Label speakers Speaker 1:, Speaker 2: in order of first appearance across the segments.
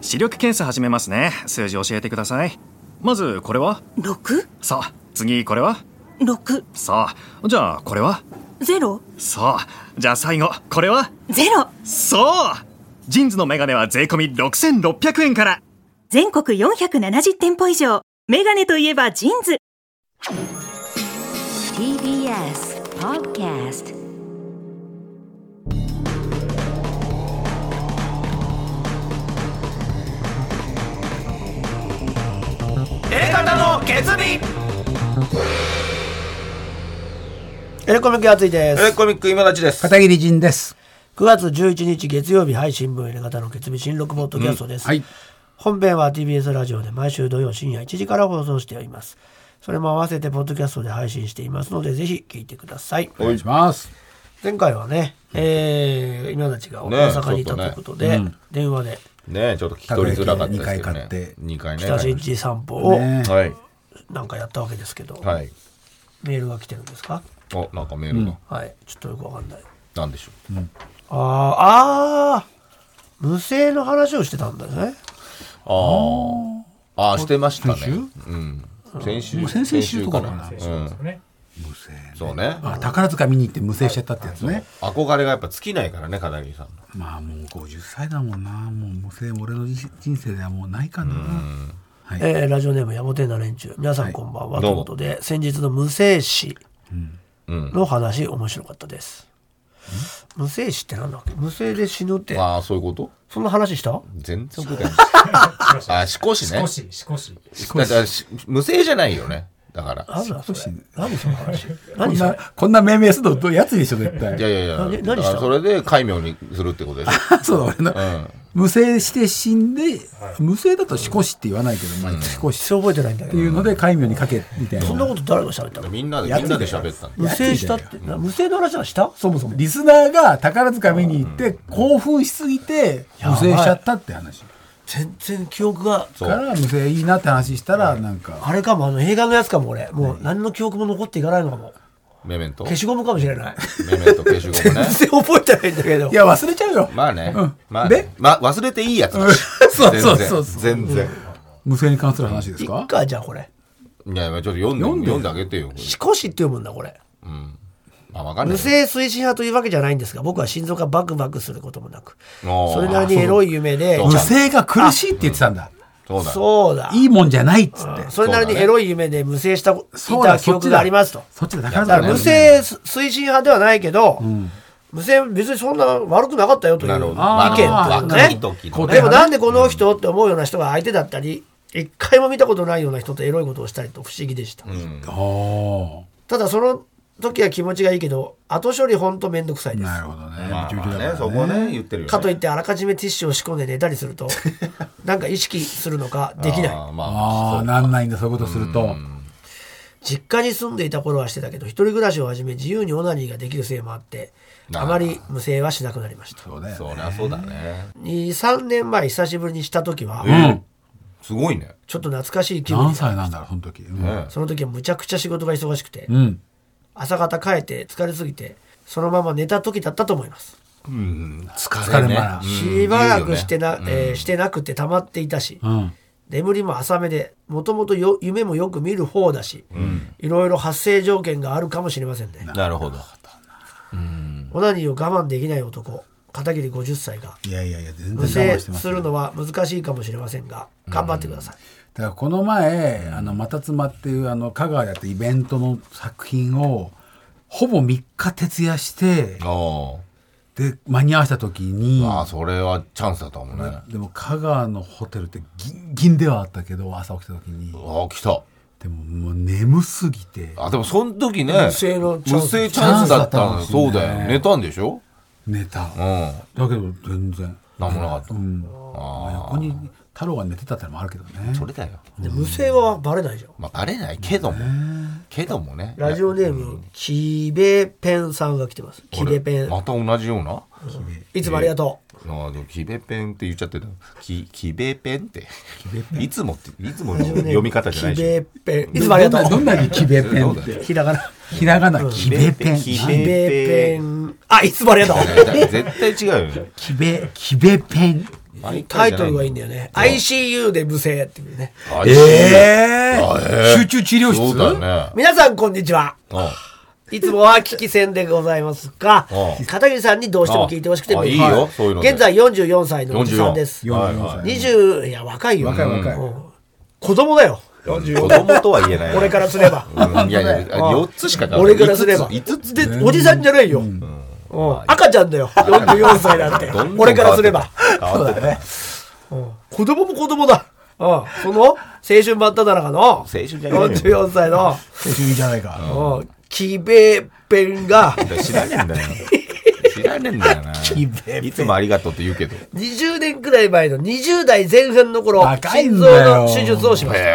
Speaker 1: 視力検査始めますね。数字教えてください。まずこれは
Speaker 2: 6？
Speaker 1: さあ次これは
Speaker 2: 6。
Speaker 1: さあじゃあこれは
Speaker 2: 0？
Speaker 1: さあじゃあ最後これは
Speaker 2: 0。
Speaker 1: そうジンズのメガネは税込み6600円から。
Speaker 2: 全国470店舗以上。メガネといえばジンズ。
Speaker 3: TBS Podcast。
Speaker 4: A型の決意。
Speaker 5: エレコミックやついです。
Speaker 4: エレコミック今立ちです。
Speaker 6: 片桐仁です。
Speaker 5: 9月11日月曜日配信分エレ型の決意新録ポッドキャストです、
Speaker 6: はい。
Speaker 5: 本編は TBS ラジオで毎週土曜深夜1時から放送しております。それも合わせてポッドキャストで配信していますのでぜひ聞いてください。
Speaker 6: お願いします。
Speaker 5: 前回はね、今立ちが大阪にいたということで、電話で
Speaker 4: ねちょっと聞き取りづらかったですけどね。
Speaker 6: 2回買って
Speaker 4: 2回ね
Speaker 5: 北新地散歩を
Speaker 4: はい
Speaker 5: なんかやったわけですけど、
Speaker 4: はい。
Speaker 5: メールが来てるんですか？
Speaker 4: おなんかメールが、
Speaker 5: はいちょっとよくわかんない。
Speaker 4: なんでしょう。
Speaker 5: 無声の話をしてたんだね。
Speaker 4: してましたね。
Speaker 6: 先週
Speaker 4: 先週
Speaker 6: とかかな。
Speaker 4: 無声そうね。
Speaker 6: 宝塚見に行って無声しちゃったってやつね。
Speaker 4: 憧れがやっぱ尽きないからね片桐さんの。
Speaker 6: まあもう50歳だもんな。もう無声俺の人生ではもうないかな。はい。
Speaker 5: ラジオネームやぼてんな連中、皆さんこんばんは、ということで先日の無声詞の話、面白かったです。無声死ってなんだっけ？無声で死ぬって。
Speaker 4: そういうこと？
Speaker 5: そんな話した？
Speaker 4: 全然覚えてない。少しね。
Speaker 7: 少し。
Speaker 4: だから無声じゃないよね。だから。
Speaker 5: 何その話？
Speaker 6: こんな命名するのやつでしょ絶対。
Speaker 4: いや。
Speaker 5: 何した？
Speaker 4: それで戒名にするってことでしょ。
Speaker 6: そうだ俺の。無声して死んで、無声だとしこしって言わないけど、まあしこし
Speaker 5: 覚えてないんだけど。
Speaker 6: っていうので戒名にかけみたいな。
Speaker 5: そんなこと誰が喋ったの？
Speaker 4: みんなで喋ったの。
Speaker 5: 無声したって、無声の話はした？そもそも。
Speaker 6: リスナーが宝塚見に行って興奮しすぎて無声しちゃったって話。
Speaker 5: 全然記憶が。
Speaker 6: から無声いいなって話したらなんか。
Speaker 5: あれかも映画のやつかも俺。もう何の記憶も残っていかないのかも。
Speaker 4: メメント
Speaker 5: 消しゴムかもしれない。
Speaker 4: メメント消しゴムね。
Speaker 5: 全然覚えてないんだけど。
Speaker 6: いや忘れちゃうよ。
Speaker 4: まあね。
Speaker 6: で
Speaker 4: 忘れていいやつだし。
Speaker 6: そう
Speaker 4: 全然。
Speaker 6: 無声に関する話ですか？
Speaker 5: いっかじゃあこれ。
Speaker 4: いやちょっと読んであげてよ。
Speaker 5: しこしって読むんだこれ。
Speaker 4: わかんない。
Speaker 5: 無声推進派というわけじゃないんですが、僕は心臓がバクバクすることもなく、それなりにエロい夢で。
Speaker 6: 無声が苦しいって言ってたんだ。
Speaker 5: そうだ。
Speaker 6: いいもんじゃないっつって。
Speaker 5: それなりにエロい夢で無声した記憶がありますと。
Speaker 6: そっちだ。
Speaker 5: だから無声推進派ではないけど、無声別にそんな悪くなかったよという意見っていうね。でもなんでこの人って思うような人が相手だったり、一回も見たことないような人とエロいことをしたりと不思議でした。ただその時は気持ちがいいけど後処理ほんとめんどくさいです。
Speaker 6: なるほど
Speaker 4: ね。そこね言ってるよね。
Speaker 5: かといってあらかじめティッシュを仕込んで寝たりするとなんか意識するのかできない。
Speaker 6: なんないんだそういうことすると。
Speaker 5: 実家に住んでいた頃はしてたけど一人暮らしを始め自由にオナニーができるせいもあってあまり無声はしなくなりました。
Speaker 4: そうだね。
Speaker 5: 2,3 年前久しぶりにした時は
Speaker 4: すごいね。
Speaker 5: ちょっと懐かしい気分。
Speaker 6: 何歳なんだろうその時。
Speaker 5: その時はむちゃくちゃ仕事が忙しくて朝方帰って疲れすぎてそのまま寝た時だったと思います。
Speaker 4: 疲れね。
Speaker 5: しばらくしてなくて溜まっていたし、眠りも浅めでもともと夢もよく見る方だし、いろいろ発生条件があるかもしれませんね。
Speaker 4: なるほど。
Speaker 5: オナニーを我慢できない男片桐50歳が無声するのは難しいかもしれませんが頑張ってください。
Speaker 6: だからこの前また妻っていう香川でやったイベントの作品をほぼ3日徹夜してで間に合わせた時に
Speaker 4: それはチャンスだったもんね。
Speaker 6: でも香川のホテルってギンギンではあったけど朝起きた時に
Speaker 4: 来た。
Speaker 6: でももう眠すぎて
Speaker 4: でもその時ね
Speaker 5: 無声のチ
Speaker 4: ャンスだったの。そうだよ。寝たんでしょ？
Speaker 6: 寝た。だけど全然
Speaker 4: 何もなかった。
Speaker 6: 横に太郎が寝てたってのもあるけどね。
Speaker 4: それだよ。
Speaker 5: 無声はバレないじゃん。
Speaker 4: バレないけどもね。
Speaker 5: ラジオネームキベペンさんが来てます。キベペン。
Speaker 4: また同じような。
Speaker 5: いつもありがとう。
Speaker 4: キベペンって言っちゃってた。キベペンっていつもの読み方じゃないでしょ。
Speaker 5: キベペンいつもありがとう。
Speaker 6: どんなにキベペンって
Speaker 5: ひらがな
Speaker 6: キベペン
Speaker 5: キベペンいつもありがとう。
Speaker 4: 絶対違うよね。
Speaker 6: キベペン
Speaker 5: タイトルがいいんだよね。ICU で無声っていうね。
Speaker 6: 集中治療室。
Speaker 4: そうだよね。
Speaker 5: 皆さんこんにちは。いつもは聞き戦でございますが、片桐さんにどうしても聞いてほしくても
Speaker 4: いいよ、そういうの。
Speaker 5: 現在44歳のおじさんです。20、いや、若いよ。
Speaker 6: 若い。
Speaker 5: 子供だよ。44
Speaker 4: 子供とは言えない。
Speaker 5: 俺からすれば。
Speaker 4: いやいや、4つしかない。
Speaker 5: 俺からすれば。
Speaker 4: 5つ
Speaker 5: で、おじさんじゃないよ。赤ちゃんだよ。44歳なんて。俺からすれば。
Speaker 4: そうだね。
Speaker 5: 子供も子供だ。その青春真っ只中の44歳の
Speaker 6: 青春じゃないか。
Speaker 5: キベペンが
Speaker 4: 知らねえんだよ。知らねえんだよな。いつもありがとうって言うけど。
Speaker 5: 20年くらい前の20代前半の頃、心臓の手術をしました。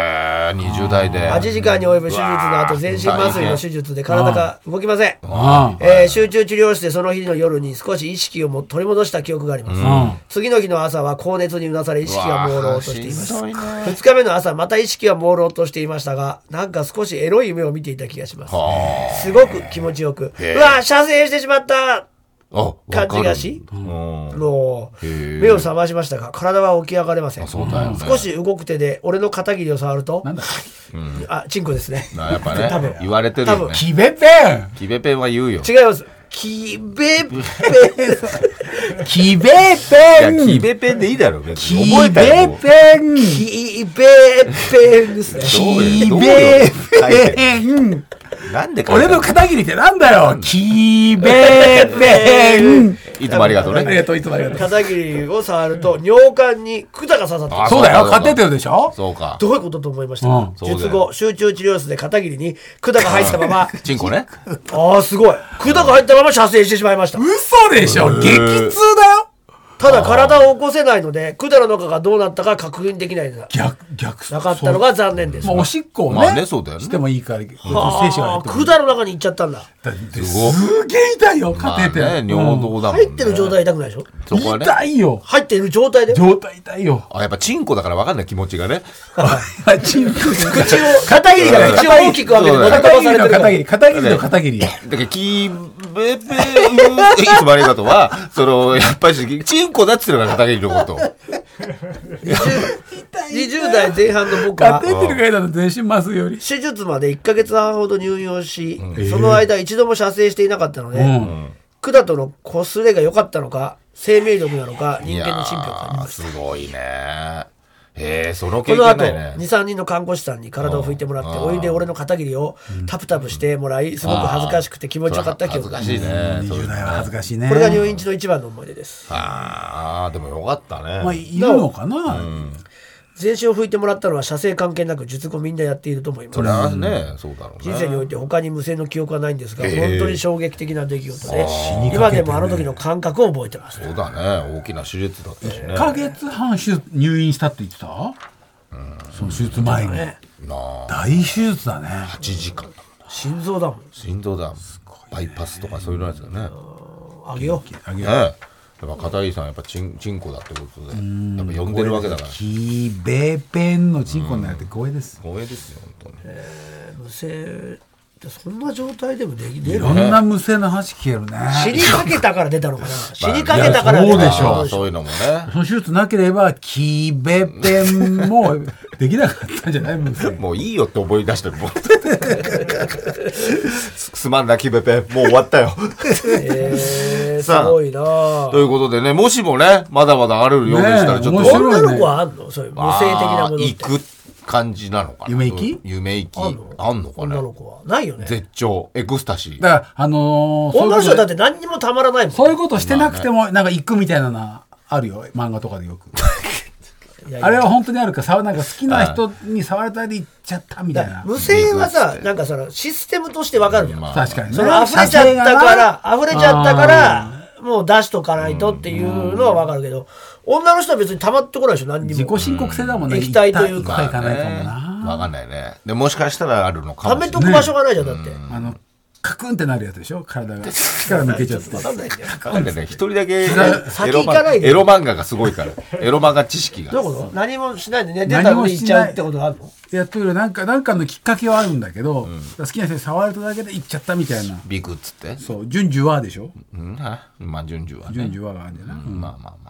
Speaker 4: 20代で。
Speaker 5: 8時間に及ぶ手術の後、全身麻酔の手術で体が動きません。集中治療室でその日の夜に少し意識を取り戻した記憶があります。次の日の朝は高熱にうなされ意識が朦朧としていました。2日目の朝、また意識は朦朧としていましたが、なんか少しエロい夢を見ていた気がします。すごく気持ちよく、うわ、射精してしまった感じがし、もう目を覚ましましたが体は起き上がれません。少し動く手で俺の片桐を触ると、チンコですね。
Speaker 4: やっぱね、言われてるよね。
Speaker 6: キベペン。
Speaker 4: キベペンは言うよ。
Speaker 5: 違います。キベペン。
Speaker 6: キベペン。
Speaker 4: キベペンでいいだろう。
Speaker 6: キベペン。
Speaker 5: キベペンですね。
Speaker 6: キベペン。
Speaker 4: なんで
Speaker 6: 俺の片桐ってなんだよ。キベペン。
Speaker 4: いつもありがとうね。
Speaker 6: ありがとう、いつもありがとう。
Speaker 5: 片桐を触ると尿管に管が刺さってる。
Speaker 6: そうだよ、カテーテルでしょ。
Speaker 4: そうか。
Speaker 5: どういうことと思いましたか。術後集中治療室で片桐に管が入ったまま
Speaker 4: チンコね。
Speaker 5: すごい。管が入ったまま射精してしまいました。
Speaker 6: 嘘でしょ。激痛だよ。
Speaker 5: ただ体を起こせないので管の中がどうなったか確認できないのだ。
Speaker 6: 逆
Speaker 5: なかったのが残念です。
Speaker 6: おしっこをねしてもいいから管
Speaker 5: の中に行っちゃったんだ。
Speaker 6: すげえ痛いよ。カテーテル
Speaker 4: 尿道だもん。
Speaker 5: 入ってる状態痛くないでしょ。
Speaker 6: 痛いよ。
Speaker 5: 入ってる状態で
Speaker 6: 痛いよ。
Speaker 4: やっぱチンコだから分かんない気持ちがね。
Speaker 6: チンコ
Speaker 5: 片桐が口を大きく開けて
Speaker 6: 片桐の片桐。
Speaker 4: だからキベペンいつもありがとうはやっぱりチンコだっつってるから片桐のこと。
Speaker 5: 20代前半の僕は
Speaker 6: カテーテルがいたの全身麻酔より
Speaker 5: 手術まで1ヶ月半ほど入院をし、その間一度も射精していなかったので、管との擦れが良かったのか生命力なのか人間の神秘を感じました。
Speaker 4: すごいね。その経験ないね。
Speaker 5: この後 2,3 人の看護師さんに体を拭いてもらってお湯で俺の片桐をタプタプしてもらい、すごく恥ずかしくて気持ちよかった記憶があります。
Speaker 6: 20代は恥ずかしいね。
Speaker 5: これが入院中の一番の思い出です。
Speaker 4: でもよかったね。
Speaker 6: いるのかな。
Speaker 5: 全身を拭いてもらったのは射精関係なく術後みんなやっていると思います。
Speaker 4: それはね、そうだろうね。
Speaker 5: 人生において他に無声の記憶はないんですが、本当に衝撃的な出来事で、今でもあの時の感覚を覚えてます。
Speaker 4: そうだね、大きな手術だったしね。
Speaker 6: 1ヶ月半入院したって言ってた。その手術前に大手術だね。
Speaker 4: 8時間。
Speaker 5: 心臓だもん。
Speaker 4: 心臓だ。バイパスとかそういうのやつだね。
Speaker 5: あげよう。
Speaker 4: やっぱ片桐さんやっぱチンコだってことでやっぱ呼んでるわけだから。
Speaker 6: キベペンのチンコになるって光栄です。
Speaker 4: 光栄ですよ本当に。
Speaker 5: 無声ってそんな状態でもできる。
Speaker 6: いろんな無声の話聞けるね。
Speaker 5: 死にかけたから出たのかな。死にかけたから出た。
Speaker 6: そうでしょう。
Speaker 4: そういうのもね。
Speaker 6: その手術なければキベペンもできなかったんじゃない。
Speaker 4: もういいよって思い出してる。すまんなキベペンもう終わったよ。
Speaker 5: すごいな。
Speaker 4: ということでね、もしもねまだまだあるようでしたらちょっと
Speaker 5: 女の子はあんの。そういう無性的なものって
Speaker 4: 行く感じなのかな。
Speaker 6: 夢行き
Speaker 4: あんのかな。
Speaker 5: 女の子はないよね。
Speaker 4: 絶頂エクスタシー。
Speaker 5: だから女の人だって何にもたまらないもん。
Speaker 6: そういうことしてなくてもなんか行くみたいなのあるよ、漫画とかでよく。あれは本当にあるか、なんか好きな人に触れたり行っちゃったみたいな。
Speaker 5: 無声はさ、なんかシステムとしてわかるじゃん。
Speaker 6: 確かにね。
Speaker 5: その溢れちゃったからもう出しとかないとっていうのはわかるけど、女の人は別に溜まってこないでしょ。何にも
Speaker 6: 自己申告制だもんね。
Speaker 5: 液体というか
Speaker 6: 行かないかもな。
Speaker 4: わかんないね。でもしかしたらあるのかもしれない。
Speaker 5: 溜めとく場所がないじゃん。だって
Speaker 6: カクンってなるやつでしょ。体が力抜けちゃって。
Speaker 4: なんでね、一人だけエロ漫画がすごいから。エロ漫画知識が。
Speaker 5: どういうこと？何もしないで寝てたのに行っちゃうってことがあるの？
Speaker 6: いや、というよりなんかのきっかけはあるんだけど、好きな人に触るとだけで行っちゃったみたいな。
Speaker 4: ビクっつって。
Speaker 6: そう、順序はでしょ。
Speaker 4: まあ順序はね。
Speaker 6: 順序はがあるんじゃない。
Speaker 4: まあまあまあ。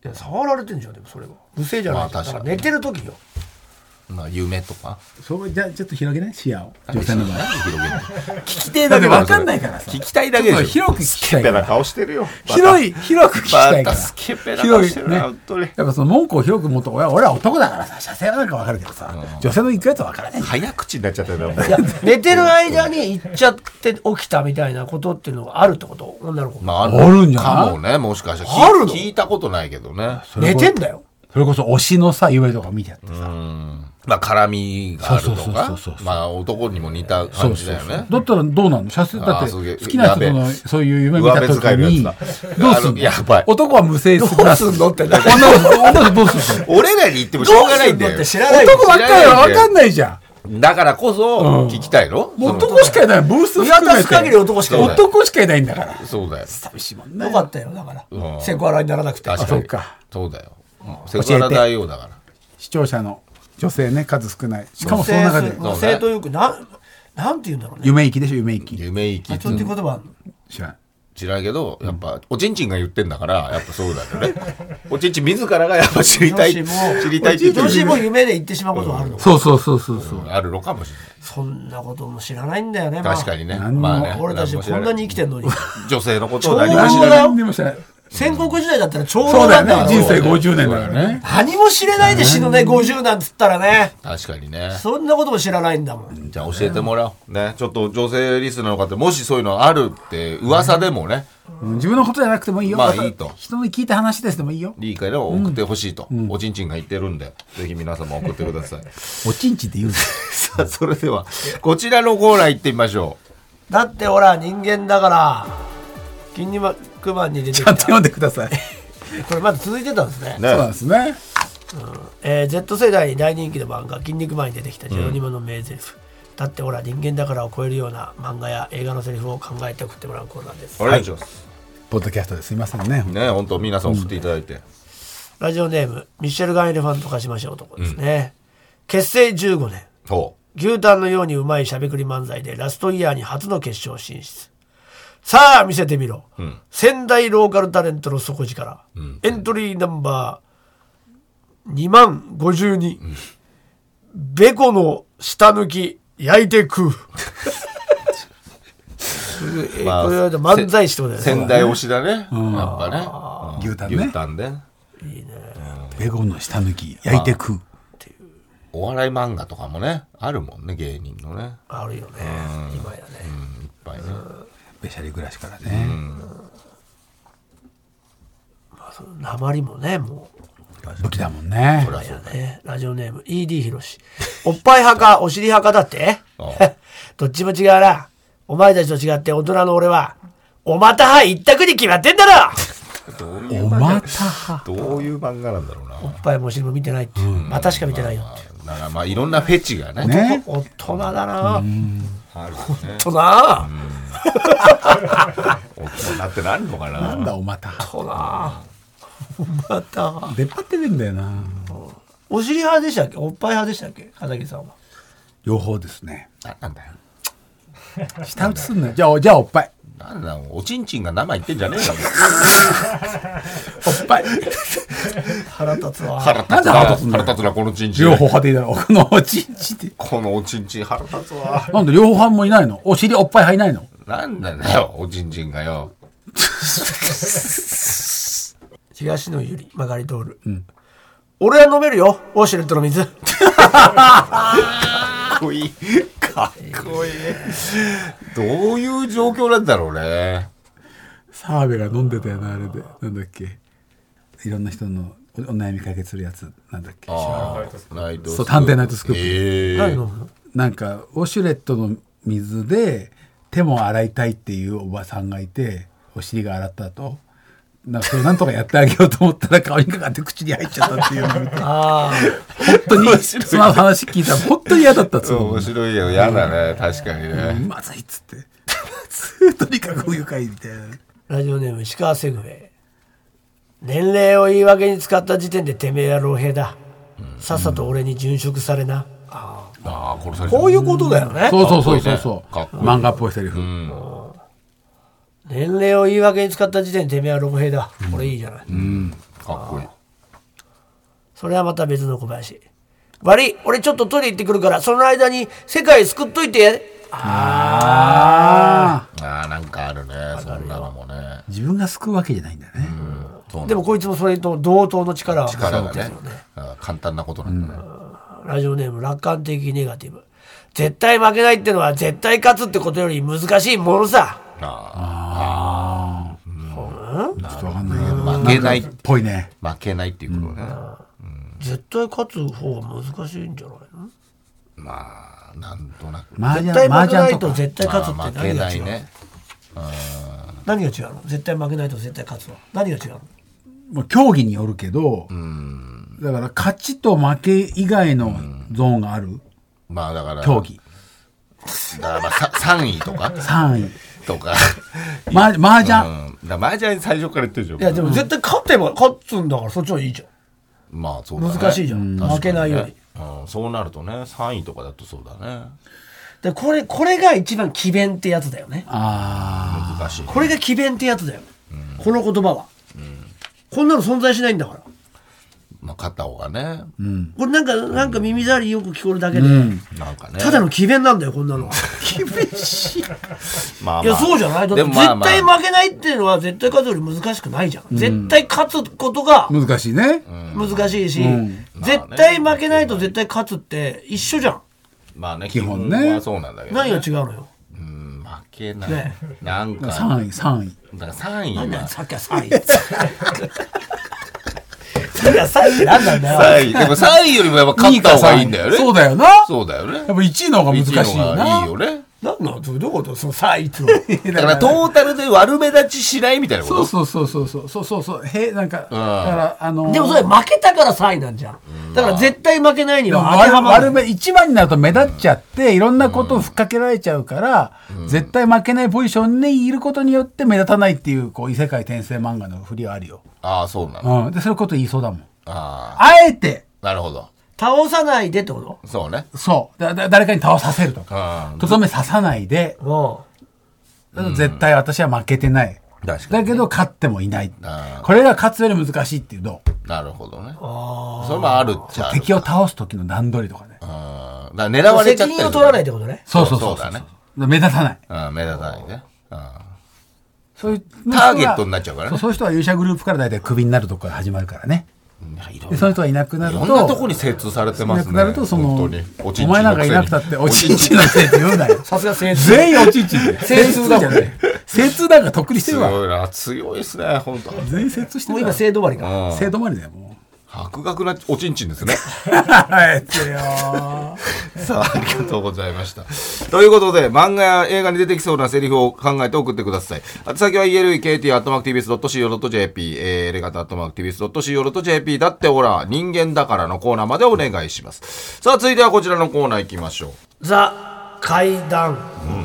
Speaker 5: いや触られてんじゃん。でもそれは無声じゃない、だから寝てる時よ。
Speaker 4: まあ夢とか
Speaker 6: そうじゃあちょっと広げない視野を女性の場合
Speaker 4: 広げる
Speaker 6: 聞きてえだけ分かんないからさ
Speaker 4: 聞きたいだけでしょ。
Speaker 6: 広く聞きたいから
Speaker 4: 顔してるよ。
Speaker 6: 広く聞きたいから
Speaker 4: スケベな顔してるな
Speaker 6: やっぱその文句を広く持って俺は男だからさ射精はなんか分かるけどさ、女性の行くやつは分からない。
Speaker 4: 早口になっちゃったよ。
Speaker 5: いや寝てる間に行っちゃって起きたみたいなことっていうのがあるってこと？女の子
Speaker 4: まあ、
Speaker 6: あるんじゃない
Speaker 4: かもね。もしかしたら
Speaker 5: あるの？
Speaker 4: 聞いたことないけどね。
Speaker 5: 寝てんだよ。
Speaker 6: それこそ推しのさ夢とか見てやってさ、
Speaker 4: まあ絡みがあるとか
Speaker 6: そう
Speaker 4: まあ男にも似た感じだよね。
Speaker 6: だったらどうなの？射精だって
Speaker 4: すげえ
Speaker 6: 好きな人のそういう夢見た時に
Speaker 4: 上
Speaker 6: どうすんの？
Speaker 4: やばい。
Speaker 6: 男は無声する。
Speaker 5: どうすんのって
Speaker 6: 女の子どうすんの？
Speaker 4: 俺らに言ってもしょうがないんだよ。
Speaker 5: って知らない。
Speaker 6: 男ばっかりは分かんないじゃん。
Speaker 4: だからこそ聞きたいの？
Speaker 6: もう男しかいない。ブース
Speaker 5: 見渡す限り男しかいない。
Speaker 6: 男しかいないんだから。
Speaker 4: そうだよ。
Speaker 6: 寂しいもんね。
Speaker 5: よかったよだから。セクハラにならなくて。
Speaker 4: 確かに。
Speaker 6: そうか。
Speaker 4: そうだよ。セクハラ大王だから。
Speaker 6: 視聴者の女性ね数少ない。しかもその中で
Speaker 5: 無声というかなんて言うんだろうね。
Speaker 6: 夢行きでしょ夢行き。
Speaker 4: 夢行き
Speaker 5: ちょっという言葉あるの？
Speaker 6: 知らん。
Speaker 4: 知らんけど、やっぱおちんちんが言ってんだからやっぱそうだよね。おちんちん自らがやっぱ知りたいって言って
Speaker 5: 女子も夢で言ってしまうことがあるの？
Speaker 6: そう。
Speaker 4: あるのかもしれない。
Speaker 5: そんなことも知らないんだよね。
Speaker 4: 確かにね。
Speaker 6: まあ
Speaker 4: ね。
Speaker 5: 俺たちこんなに生きてんのに。
Speaker 4: 女性のことを何も知らない。
Speaker 6: 何にも知らない。
Speaker 5: 戦国時代だったらちょう
Speaker 6: そうだ
Speaker 5: どなんだ
Speaker 6: よね。人生50年だからね。
Speaker 5: 何も知れないで死ぬね、50なんつったらね。
Speaker 4: 確かにね。
Speaker 5: そんなことも知らないんだもん。
Speaker 4: じゃあ教えてもらおう。ね。ちょっと女性リスナーの方、もしそういうのあるって噂でもね。
Speaker 6: 自分のことじゃなくてもいいよ。
Speaker 4: まあいいと。
Speaker 6: 人の聞いた話ですでもいいよ。
Speaker 4: いいから送ってほしいと。おちんちんが言ってるんで、ぜひ皆様送ってください。
Speaker 6: おちんちんって言うんだよ。
Speaker 4: さあ、それでは、こちらのコーナー行ってみましょ
Speaker 5: だってほら人間だから筋肉マンに出てきた。
Speaker 6: ちゃんと読んでください。
Speaker 5: これまだ続いてたんですね。
Speaker 4: う。ね。
Speaker 6: そうなんですね。
Speaker 5: Z 世代に大人気の漫画「筋肉マン」に出てきたジェロニモの名台詞、だってほら人間だからを超えるような漫画や映画のセリフを考えて送ってもらうコーナーです。
Speaker 4: お願いします。
Speaker 6: ポッドキャストですいませんね。
Speaker 4: ね、本当皆さん送っていただいて。
Speaker 5: ラジオネームミッシェルガン・エレファント化しましょう男ですね、結成15年
Speaker 4: ほ
Speaker 5: 牛タンのようにうまいしゃべくり漫才でラストイヤーに初の決勝進出。さあ見せてみろ、仙台ローカルタレントの底力、エントリーナンバー2万52、ベコの下抜き焼いて食う。
Speaker 4: まあ
Speaker 5: これは漫才師ってことだよね。
Speaker 4: 仙台推しだね。やっぱね。
Speaker 6: 牛タンね。
Speaker 4: 牛タンで。
Speaker 6: ベゴンの下抜き焼いて食う。
Speaker 4: お笑い漫画とかもね、あるもんね、芸人のね。
Speaker 5: あるよね、今やね、
Speaker 4: いっぱいね。
Speaker 6: べしゃり暮らしからね。
Speaker 5: 鉛もねも
Speaker 6: 武器だもんね。
Speaker 5: うやね。ラジオネーム ED ひろし。おっぱい派かお尻派かだってどっちも違うな。お前たちと違って大人の俺はおまた派一択に決まってんだろ。
Speaker 6: おまた派。
Speaker 4: どういう漫画なんだろうな。
Speaker 5: おっぱいもお尻も見てないって、またしか見てないよって。
Speaker 4: だからまあいろんなフェチがね。
Speaker 6: ね。
Speaker 5: 大人だな、
Speaker 4: あるよね。
Speaker 5: 大人な、
Speaker 4: 大人ってなるのかな。
Speaker 6: なんだおまた派。
Speaker 5: 大人おまた派。
Speaker 6: 出っ張ってるんだよな。
Speaker 5: お尻派でしたっけおっぱい派でしたっけ片桐さんは。
Speaker 6: 両方ですね。
Speaker 4: なんだよ。
Speaker 6: 舌打ちすんなよ。じゃあおっぱい。
Speaker 4: なんだおちんちんが生言ってんじゃねえかも。
Speaker 6: おっぱい。
Speaker 5: 腹立つわ。
Speaker 6: なんで腹立つんだよ。
Speaker 4: 腹立つなこのちんちん。
Speaker 6: 両方派でいいだろ。このおちんちんって。
Speaker 4: このおちんちん腹立つわ。
Speaker 6: なんで両方派もいないの？お尻おっぱい派いないの？
Speaker 4: なんだよおちんちんがよ。
Speaker 5: 東野ゆり曲がり通る、俺は飲めるよウォシュレットの水。
Speaker 4: かっこいい。かっこいい。どういう状況なんだろうね。
Speaker 6: 澤部が飲んでたよなあれで。なんだっけ。いろんな人のお悩み解決するやつなんだっけ。
Speaker 4: ナイト
Speaker 6: そう探偵ナイトスクープ。
Speaker 5: 何飲むの？
Speaker 6: なんかウォシュレットの水で手も洗いたいっていうおばさんがいて、お尻が洗った後なんかそれなんとかやってあげようと思ったら顔にかかって口に入っちゃったっていうのを見て本当にその話聞いたら本当に嫌だったっつうの。
Speaker 4: 面白いよ。嫌だね。確かにね。
Speaker 6: まずいっつってとにかく不愉快みたいな。
Speaker 5: ラジオネーム石川セグウェイ。年齢を言い訳に使った時点でてめえは老兵だ、さっさと俺に殉職されな。
Speaker 4: ああ殺された。
Speaker 5: こういうことだよね。
Speaker 6: そうそう
Speaker 4: かっこいい
Speaker 6: 漫画っぽいセリフ。
Speaker 5: 年齢を言い訳に使った時点でてめえは老兵だ、これいいじゃない、
Speaker 4: かっこいい。
Speaker 5: それはまた別の小林。悪い、俺ちょっとトイレ行ってくるからその間に世界救っといて。
Speaker 6: あ
Speaker 4: あ、なんかあるね、そんなのもね。
Speaker 6: 自分が救うわけじゃないんだね。
Speaker 5: でもこいつもそれと同等の力を持ってるよね。
Speaker 4: 簡単なことなんだね。
Speaker 5: ラジオネーム楽観的ネガティブ。絶対負けないってのは絶対勝つってことより難しいものさ。
Speaker 6: ちょっとわかんないけど
Speaker 4: 負けない
Speaker 6: んかっぽいね。
Speaker 4: 負けないっていうことね。
Speaker 5: 絶対勝つ方が難しいんじゃないの？
Speaker 4: まあなんとなく
Speaker 5: 絶対負けないと絶対勝つって
Speaker 4: 負け
Speaker 5: 何が違うの？
Speaker 4: ないね。
Speaker 5: 何が違うの？絶対負けないと絶対勝つの。何が違うの？
Speaker 6: もう競技によるけど、だから勝ちと負け以外のゾーンがある
Speaker 4: まあだから
Speaker 6: 競技。
Speaker 4: だからまあ3位とか
Speaker 6: 3位。
Speaker 4: とか
Speaker 6: 麻雀。
Speaker 4: だから麻雀最初から言ってるじゃん。
Speaker 5: いやでも絶対勝てば勝つんだからそっちの方がいいじゃん。
Speaker 4: まあそうだね。
Speaker 5: 難しいじゃん。負けないより。
Speaker 4: そうなるとね3位とかだとそうだね。
Speaker 5: でこれが一番詭弁ってやつだよね。
Speaker 4: 難しい。
Speaker 5: これが詭弁ってやつだよ。この言葉は。こんなの存在しないんだから。
Speaker 4: まあ勝った方がね。
Speaker 5: これなんか耳障りよく聞こえるだけで、
Speaker 4: なんかね。
Speaker 5: ただの詭弁なんだよこんなの。
Speaker 6: 厳しい。
Speaker 4: まあまあ
Speaker 5: いやそうじゃない。だって絶
Speaker 4: でもまあまあ
Speaker 5: 対負けないっていうのは絶対勝つより難しくないじゃん。絶対勝つことが
Speaker 6: 難しいね。
Speaker 5: 難しいし、絶対負けないと絶対勝つって一緒じゃん。
Speaker 4: まあね
Speaker 6: 基本ね
Speaker 4: 基本はそうなんだけどね。
Speaker 5: 何が違うのよ。
Speaker 4: 負けない。
Speaker 5: ね
Speaker 4: なんか
Speaker 6: 3位。
Speaker 4: だから3位は
Speaker 5: さっきは3位。さっきは3位って何なんだよ。
Speaker 4: 3位でも3位よりもやっぱ勝った方がいいんだよね。
Speaker 6: そうだよな。
Speaker 4: そうだよね。
Speaker 6: やっぱ1位の方が難しいよ
Speaker 4: 1位の方がいい
Speaker 6: な。
Speaker 4: よね。
Speaker 5: なんなのどういうことその3位ってのは。
Speaker 4: だからトータルで悪目立ちしないみたいなこと。
Speaker 6: そう。なんか、だから
Speaker 5: でもそれ負けたから3位なんじゃん。だから絶対負けないには当てはまる。
Speaker 6: 悪目一番になると目立っちゃっていろんなことをふっかけられちゃうから、絶対負けないポジションにいることによって目立たないっていうこう異世界転生漫画の振りはあるよ。
Speaker 4: ああそうなの。
Speaker 6: でそういうこと言いそうだもん。
Speaker 4: あ
Speaker 6: あえて
Speaker 4: あなるほど。
Speaker 5: 倒さないでってこと？
Speaker 4: そうね。
Speaker 6: そう誰かに倒させるとかとどめ刺さないで、絶対私は負けてない。
Speaker 4: 確かにね
Speaker 6: だけど勝ってもいない。これが勝つより難しいっていうの。
Speaker 4: なるほどね。それもあるっちゃある。
Speaker 6: 敵を倒す時の段取りとかね。
Speaker 4: だから狙われちゃったり
Speaker 5: 責任を取らないってことね。
Speaker 6: そう
Speaker 4: だね。
Speaker 6: 目立たない。
Speaker 4: 目立たないね。
Speaker 6: そういう
Speaker 4: ターゲットになっちゃうからね。
Speaker 6: そういう人は勇者グループから大体クビになるとこから始まるからね。でそういう人がいなくなると、
Speaker 4: いろんなとこに精通されてますね。
Speaker 6: いなくなると
Speaker 4: 本当に
Speaker 6: お前なんかいなくたっておちんちんのせいって言うなよ。
Speaker 5: さすが精通。
Speaker 6: 全員おちんちんで。精通だもんね。精通なんかとっくにしてるわ。
Speaker 4: 強いな、強いですね、本当。
Speaker 6: 全員精通してるわ。
Speaker 5: もう今正止まりか。
Speaker 6: 正止まりだよもう。
Speaker 4: 博学なおちんちんですね。
Speaker 6: はい、つよ。
Speaker 4: さあ、ありがとうございました。ということで、漫画や映画に出てきそうなセリフを考えて送ってください。宛先は elekt@tbs.co.jp、レガタ @tbs.co.jp だってほら、人間だからのコーナーまでお願いします。さあ、続いてはこちらのコーナー行きましょう。
Speaker 5: ザ・怪談。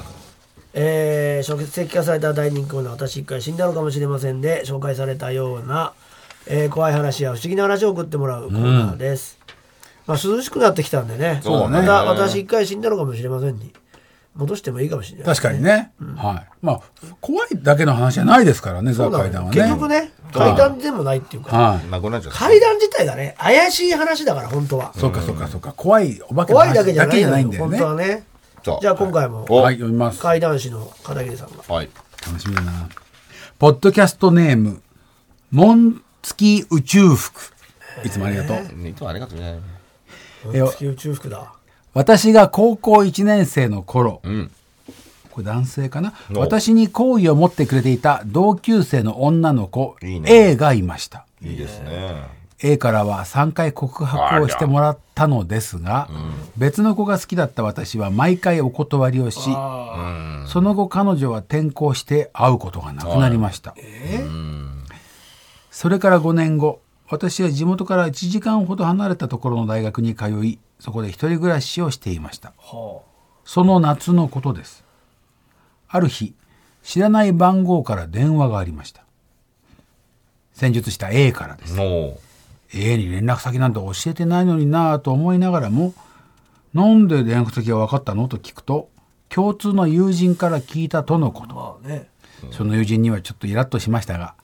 Speaker 5: 書籍化された大人気コーナー、私一回死んだのかもしれませんで紹介されたような、怖い話や不思議な話を送ってもらうコーナーです。まあ、涼しくなってきたんでね、
Speaker 4: そうね
Speaker 5: また私一回死んだのかもしれませんに戻してもいいかもしれない、
Speaker 6: 確かにね。はい。まあ、怖いだけの話じゃないですからね、ザ・怪談はね。
Speaker 5: 結局ね、怪談でもないっていうか、
Speaker 6: はい。
Speaker 4: なくなっちゃった。
Speaker 5: 怪談自体がね、怪しい話だから本当は。
Speaker 6: そうか。怖いお化けの話
Speaker 5: 怖いだけじゃ
Speaker 6: だけじゃ
Speaker 5: ないのよ、
Speaker 6: ないんだよね。
Speaker 5: 本当はね。
Speaker 4: そう
Speaker 5: じゃあ今回も
Speaker 6: はい、読みます。
Speaker 5: 怪談師の片桐さんが。
Speaker 4: はい。
Speaker 6: 楽しみだな。ポッドキャストネーム、紋付き宇宙服。いつもありがとう。
Speaker 4: いつもありがとうね。
Speaker 5: 月宇宙服だ。
Speaker 6: 私が高校1年生の頃、
Speaker 4: ん
Speaker 6: これ男性かな、
Speaker 4: お
Speaker 6: 私に好意を持ってくれていた同級生の女の子、
Speaker 4: いいね
Speaker 6: A がいました。
Speaker 4: いいですね。
Speaker 6: A からは3回告白をしてもらったのですが、別の子が好きだった私は毎回お断りをし、その後彼女は転校して会うことがなくなりました。それから5年後、私は地元から1時間ほど離れたところの大学に通い、そこで一人暮らしをしていました。その夏のことです。ある日、知らない番号から電話がありました。先述した A からです。
Speaker 4: も
Speaker 6: A に連絡先なんて教えてないのになぁと思いながらも、なんで連絡先が分かったのと聞くと、共通の友人から聞いたとのこと。その友人にはちょっとイラッとしましたが、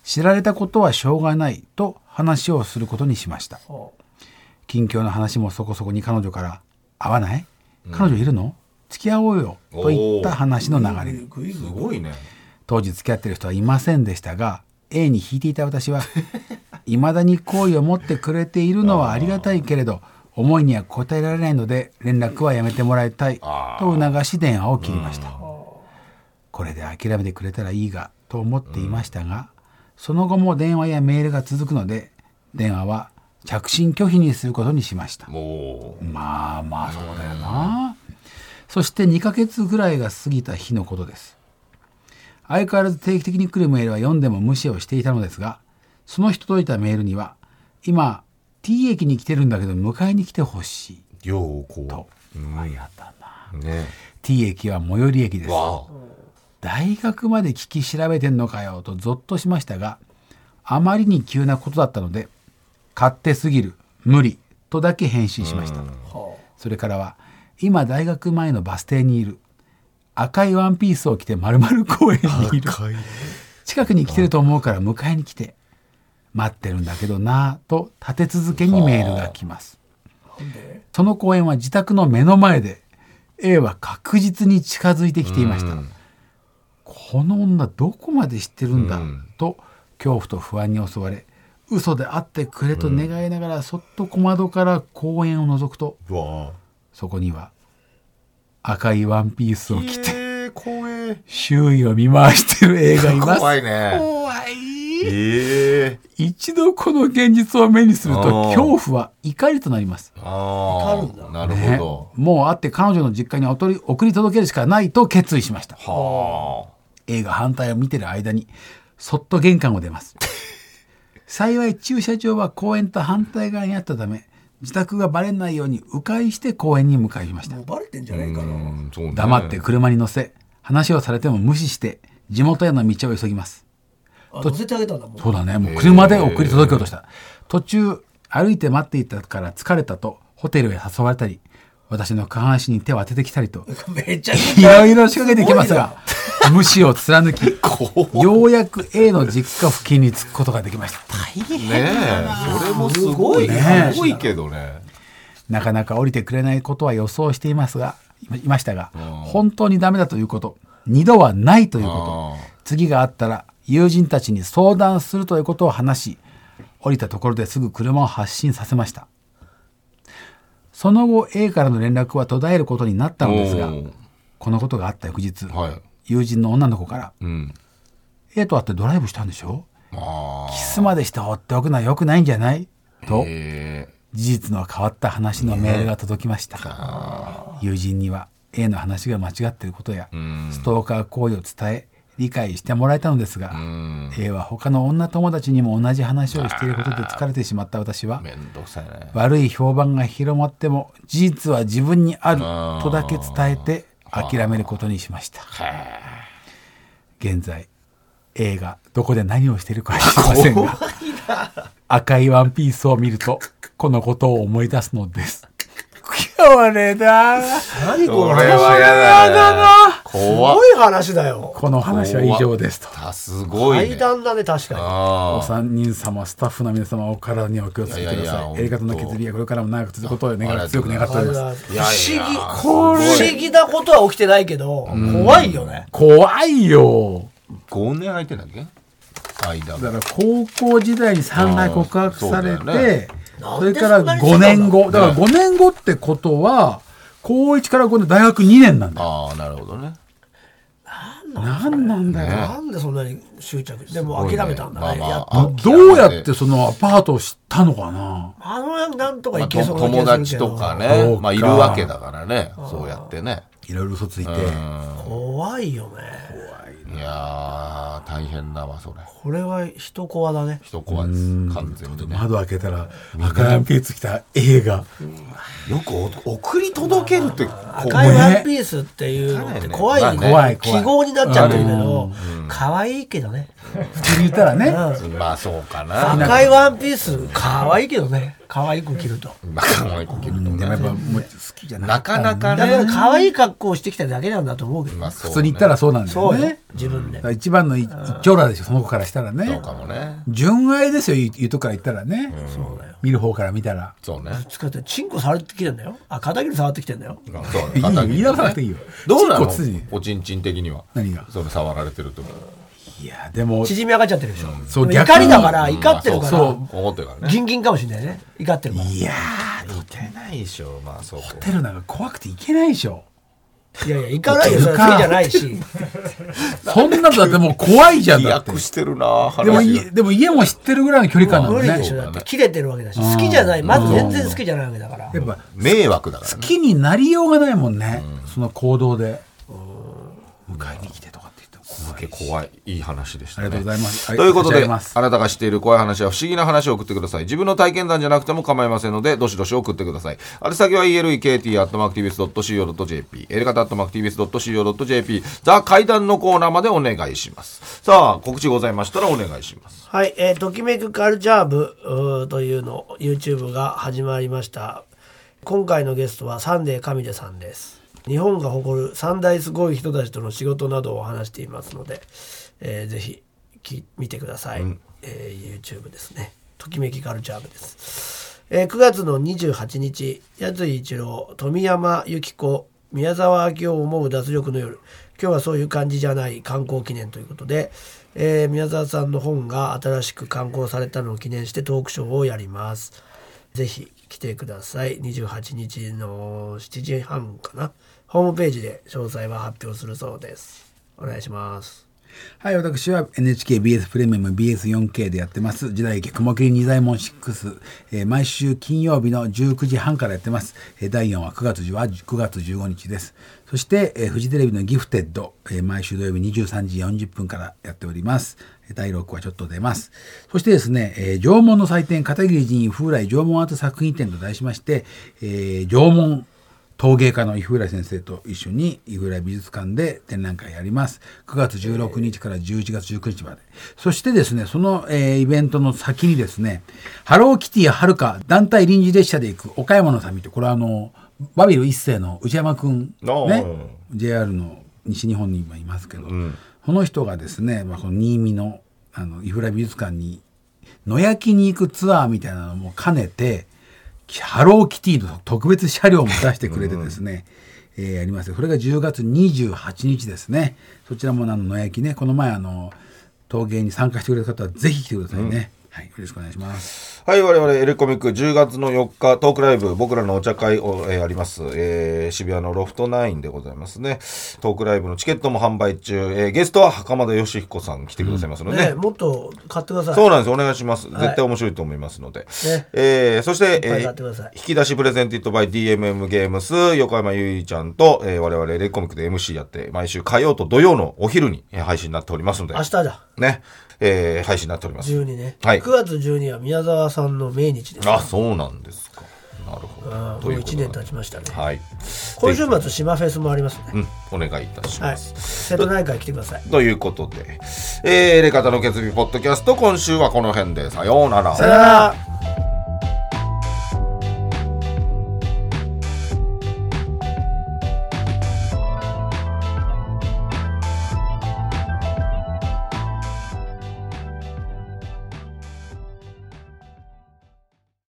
Speaker 6: 知られたことはしょうがないと話をすることにしました。近況の話もそこそこに彼女から会わない？彼女いるの？付き合おうよといった話の流れに。
Speaker 4: すごいね。
Speaker 6: 当時付き合ってる人はいませんでしたが、A に引いていた私は未だに好意を持ってくれているのはありがたいけれど、思いには応えられないので連絡はやめてもらいたいと促し電話を切りました。これで諦めてくれたらいいがと思っていましたが、その後も電話やメールが続くので、電話は着信拒否にすることにしました。まあそうだよな。そして2ヶ月ぐらいが過ぎた日のことです。相変わらず定期的に来るメールは読んでも無視をしていたのですが、その日届いたメールには、今 T 駅に来てるんだけど迎えに来てほしいとあったんだ、T 駅は最寄り駅です。大学まで聞き調べてんのかよとゾッとしましたが、あまりに急なことだったので、勝手すぎる、無理とだけ返信しました。それからは、今大学前のバス停にいる、赤いワンピースを着て丸々公園にいる、近くに来てると思うから迎えに来て、待ってるんだけどなぁと立て続けにメールが来ます。その公園は自宅の目の前で、A は確実に近づいてきていました。この女どこまで知ってるんだ、と恐怖と不安に襲われ、嘘であってくれと願いながらそっと小窓から公園を覗くと、そこには赤いワンピースを着て周囲を見回してる A がいます。
Speaker 4: 怖いね。
Speaker 6: 怖い。一度この現実を目にすると恐怖は怒りとなります。
Speaker 4: なるほど、
Speaker 6: もう会って彼女の実家に送り届けるしかないと決意しました。A が反対を見てる間にそっと玄関を出ます。幸い駐車場は公園と反対側にあったため、自宅がバレないように迂回して公園に向かいました。
Speaker 5: もうバレてんじゃないかな。
Speaker 6: 黙って車に乗せ、話をされても無視して地元への道を急ぎます。
Speaker 5: 乗せてあげたんだもん。
Speaker 6: そうだね。もう車で送り届けようとした。途中歩いて待っていたから疲れたとホテルへ誘われたり、私の下半身に手を当ててきたりと、
Speaker 5: めちゃくちゃ
Speaker 6: いろいろ仕掛けてきますが、無視を貫き、ようやく A の実家付近に着くことができました。大変だな。
Speaker 4: それもすごいね。すごいけどね。
Speaker 6: なかなか降りてくれないことは予想していましたが、本当にダメだということ、二度はないということ、次があったら友人たちに相談するということを話し、降りたところですぐ車を発進させました。その後 A からの連絡は途絶えることになったのですが、このことがあった翌日、友人の女の子から、A と会ってドライブしたんでしょ？キスまでして放っておくのは良くないんじゃない？と事実の変わった話のメールが届きました。友人には A の話が間違っていることや、ストーカー行為を伝え理解してもらえたのですが、A は他の女友達にも同じ話をしていることで疲れてしまった私は、悪い評判が広まっても事実は自分にあるとだけ伝えて諦めることにしました。現在 A がどこで何をしているかは知りませんが、赤いワンピースを見るとこのことを思い出すのです。これだ。
Speaker 5: 何これ。
Speaker 4: これはやだな。
Speaker 5: すごい話だよ。
Speaker 6: この話は以上ですと。
Speaker 4: すごいね。
Speaker 5: 階段だね、確かに。
Speaker 6: お三人様、スタッフの皆様、お体にお気をつけてください。やり方の削りがこれからも長く続くことを強く願っております。
Speaker 5: 不思議なことは起きてないけど、怖いよね。
Speaker 6: 怖いよ。
Speaker 4: 5年空いてんだっけ？
Speaker 6: だから高校時代に3回告白されて、それから5年後。だから5年後ってことは、高1から5年、大学2年なんだよ。
Speaker 4: なるほどね。
Speaker 6: なんなんだよ。
Speaker 5: なんでそんなに執着して、でも諦めたんだね。
Speaker 6: どうやってそのアパートを知ったのかな。
Speaker 5: なんとかいけそうな気
Speaker 4: 友
Speaker 5: がするけど。
Speaker 4: 達とかね、いるわけだからね、そうやってね。
Speaker 6: いろいろ嘘ついて。
Speaker 5: 怖いよね。
Speaker 4: いやー、大変だわ、それ。
Speaker 5: これは人コアだね。
Speaker 4: 人コアです、完全にね。
Speaker 6: 窓開けたら、赤いワンピース着た映画。
Speaker 4: よく送り届けるって、
Speaker 5: 赤いワンピースっていうのって怖いね。記号になっちゃってるけど、可愛いけどね。
Speaker 6: 普通に言ったらね。
Speaker 4: まあそうかな。
Speaker 5: 赤いワンピース、可愛いけどね。可愛く着ると。
Speaker 4: 可愛く着るとね。
Speaker 6: でもやっぱもう好きじゃない。
Speaker 4: なかなかね。
Speaker 5: だから可愛い格好をしてきただけなんだと思うけど。
Speaker 6: 普通に言ったらそうなんだよね。
Speaker 5: 自分で。
Speaker 6: 一番の一長羅でしょ、その子からしたらね。
Speaker 4: そうかもね。
Speaker 6: 純愛ですよ、言うとから言ったらね。
Speaker 5: そうだよ。
Speaker 6: 見る方から見たら。
Speaker 4: そうね。
Speaker 5: 使ってチンコ触ってきてんだよ。肩切り触ってきてんだよ。
Speaker 4: そう
Speaker 6: いいよ、言い直さなくていいよ。
Speaker 4: どうなの
Speaker 6: チンコつい
Speaker 4: おちんちん的には。
Speaker 6: 何が
Speaker 4: それ触られてると。
Speaker 6: いや、でも。
Speaker 5: 縮み上がっちゃってるでしょ。
Speaker 6: そう、
Speaker 5: でも怒りだから、怒ってるから。
Speaker 6: そう。
Speaker 4: 思ってるからね。
Speaker 5: ギンギンかもしれないね。怒ってるから。
Speaker 6: いや
Speaker 4: いけないでしょ。まあそうか。
Speaker 6: ホテルなんか怖くて行けないでしょ。
Speaker 5: いやいや、行かないよ。それ好きじゃないし。
Speaker 6: そんなのだってもう怖いじゃん。だって。
Speaker 4: 訳してるな。
Speaker 6: でも家も知ってるぐらいの距離感なのね。
Speaker 5: 無理でしょ。だって切れてるわけだし。好きじゃない。まず全然好きじゃないわけだから。
Speaker 6: やっぱ
Speaker 4: 迷惑だから。
Speaker 6: 好きになりようがないもんね。その行動で。迎えに来てとかって言って
Speaker 4: 怖い。いい話でしたね。
Speaker 6: ありがとうございます。
Speaker 4: ということで、あなたが知っている怖い話や不思議な話を送ってください。自分の体験談じゃなくても構いませんので、どしどし送ってください。宛先は elekt@tbs.co.jp、エレカタ@tbs.co.jp、ザ怪談のコーナーまでお願いします。さあ、告知ございましたらお願いします。
Speaker 5: はい、ときめくカルチャー部というの YouTube が始まりました。今回のゲストはサンデー上出さんです。日本が誇る三大すごい人たちとの仕事などを話していますので、ぜひ見てください、YouTube ですね。ときめきカルチャー部です、9月の28日八井一郎、富山由紀子、宮沢明夫を思う脱力の夜、今日はそういう感じじゃない観光記念ということで、宮沢さんの本が新しく刊行されたのを記念してトークショーをやります。ぜひ来てください。28日の7時半かな。ホームページで詳細は発表するそうです。お願いします。
Speaker 6: はい、私は NHKBS プレミアム BS4K でやってます時代劇雲霧仁左衛門6、毎週金曜日の19時半からやってます。第4話9月15日です。そして、フジテレビのギフテッド、毎週土曜日23時40分からやっております。第6話ちょっと出ます。そしてですね、縄文の祭典片桐仁風来縄文アート作品展と題しまして、縄文陶芸家の伊風来先生と一緒に伊風来美術館で展覧会やります。9月16日から11月19日まで。そしてですね、その、イベントの先にですね、ハローキティやはるか団体臨時列車で行く岡山の旅って、これはバビル一世の内山くんね、JR の西日本に今いますけど、この人がですね、この新見の伊風来美術館に野焼きに行くツアーみたいなのも兼ねて、ハローキティの特別車両も出してくれてですね、やります。これが10月28日ですね。そちらも野焼きね、この前陶芸に参加してくれた方はぜひ来てくださいね。はい、よろしくお願いします。
Speaker 4: はい、我々エレコミック10月の4日トークライブ、僕らのお茶会を、あります、渋谷のロフト9でございますね。トークライブのチケットも販売中、ゲストは袴田義彦さん来てくださいますので、ね、
Speaker 5: もっと買ってください。
Speaker 4: そうなんです、お願いします。絶対面白いと思いますので、そして、引き出しプレゼンティットバイ DMM ゲームス横山由依ちゃんと、我々エレコミックで MC やって毎週火曜と土曜のお昼に配信になっておりますので、
Speaker 5: 明日だ
Speaker 4: ね、配信になっております。
Speaker 5: 12ね。
Speaker 4: はい。
Speaker 5: 9月12は宮沢さんの命日です。
Speaker 4: あ、そうなんですか。なるほど。
Speaker 5: もう1年経ちましたね。
Speaker 4: はい。
Speaker 5: 今週末島フェスもありますね。
Speaker 4: お願いいたします。
Speaker 5: 瀬戸内海来てください。
Speaker 4: ということで、エレカタの決意ポッドキャスト、今週はこの辺でさようなら。
Speaker 5: さよなら。